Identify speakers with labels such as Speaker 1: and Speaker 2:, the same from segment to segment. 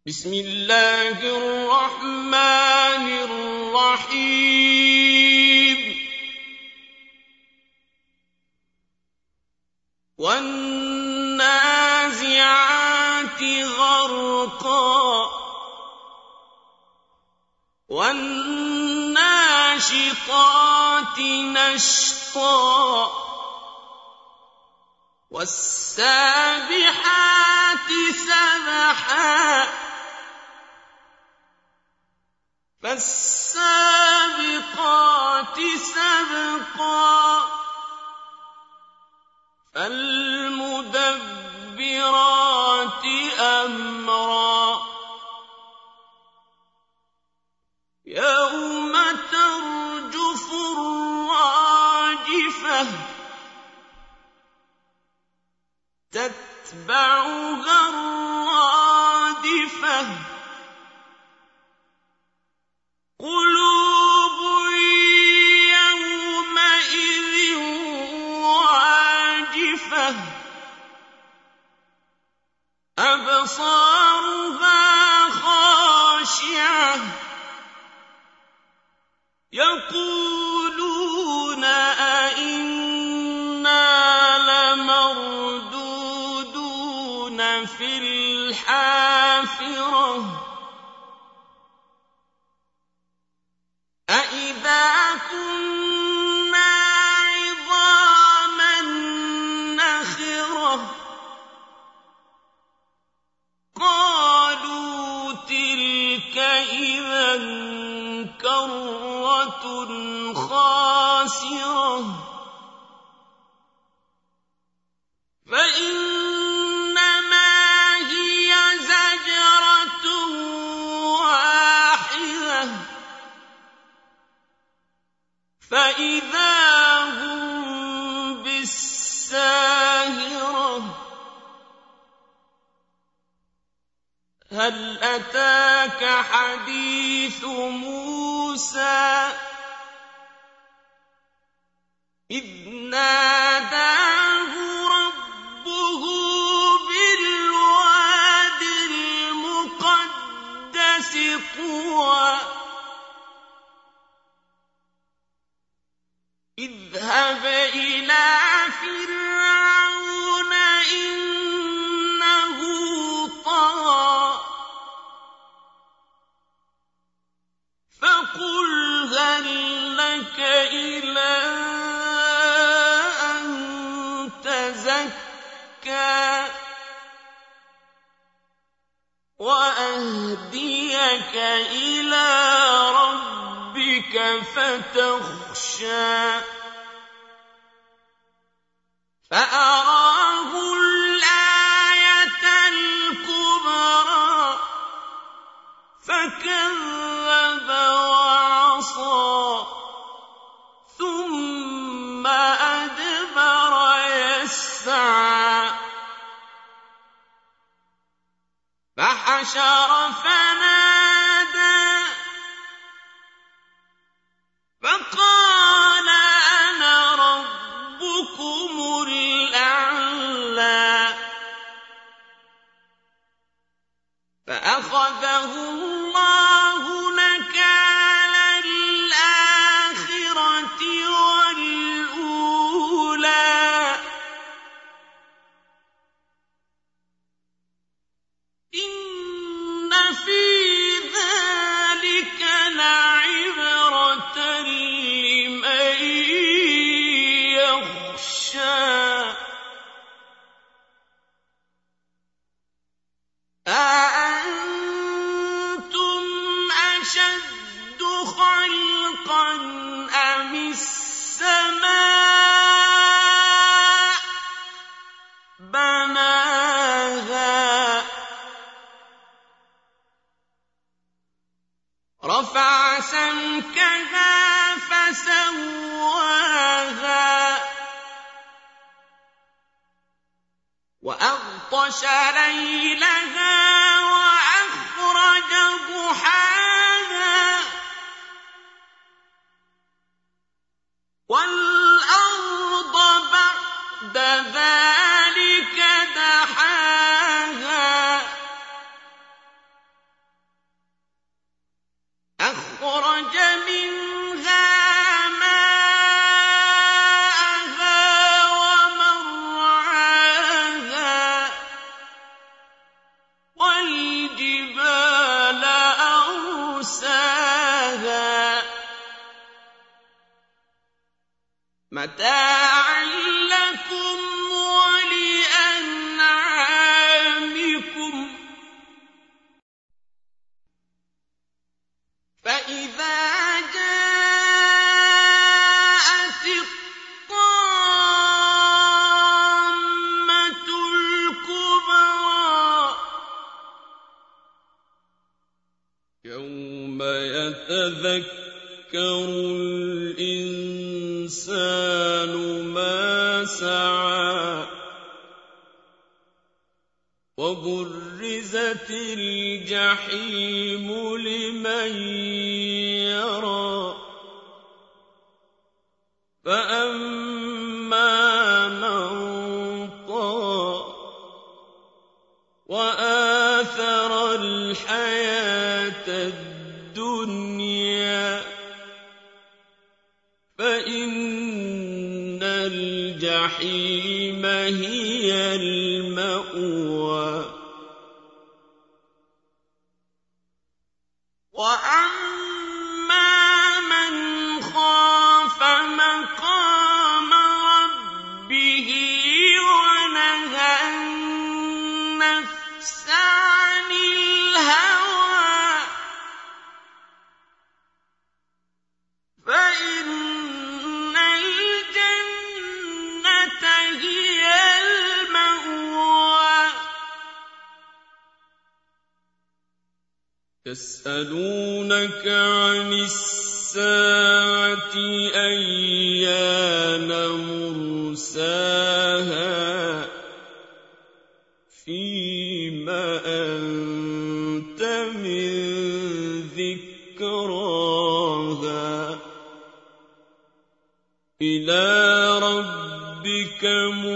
Speaker 1: بسم الله الرحمن الرحيم والنازعات غرقا والناشطات نشطا والسابحات سبحا فالسابقات سبقا فالمدبرات أمرا يوم ترجف الراجفة تتبعها الرادفة قلوب يومئذ واجفة أبصارها خاشعة يقولون أئنا لمردودون في الحافرة أإذا كنا عظاما نخرة قالوا تلك إذا كرة خاسرة فإنما هي زجرة واحدة فإذا هم بالساهرة هل أتاك حديث موسى إذ ناداه ربه بالواد المقدس طوى اذهب إلى فرعون إنه طغى فقل هل لك إلى أن تزكى وأهديك إلى ربك فتخشى فأراه الآية الكبرى فكذب وعصى ثم أدبر يسعى فحشر فنادى فقال أنا ربكم الأعلى فأخذه الله نكال الآخرة والأولى إن في ذلك لعبرة لمن يخشى أأنتم أشد خلقا أم السماء بناها رفع سمكها فسواها وأغطش ليلها وأخرج ضحاها والأرض بعد ذلك دحاها أخرج منها ماءها ومرعاها والجبال أرساها متاعا لكم ولأنعامكم فإذا جاءت الطامة الكبرى يوم يتذكر الإنسان ما سعى وبرزت الجحيم لمن يرى فأما من طغى وآثر الحياة الدنيا فإن الجحيم هي المأوى وأما من خاف مقام ربه ونهى النفس عن الهوى فإن الجنة هي المأوى يسألونك عن الساعة أيان مرساها فيما أنت من ذكراها إلى ربك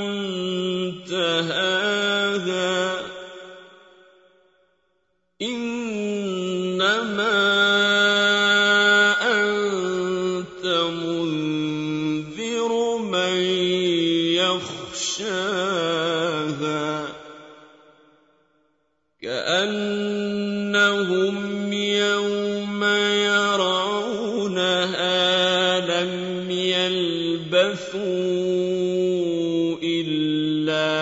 Speaker 1: منتهاها إنما أنت منذر من يخشاها كأنهم يوم يرونها لم يلبثوا إلا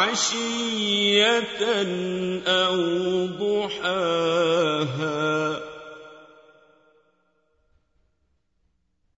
Speaker 1: عشية أو ضحاها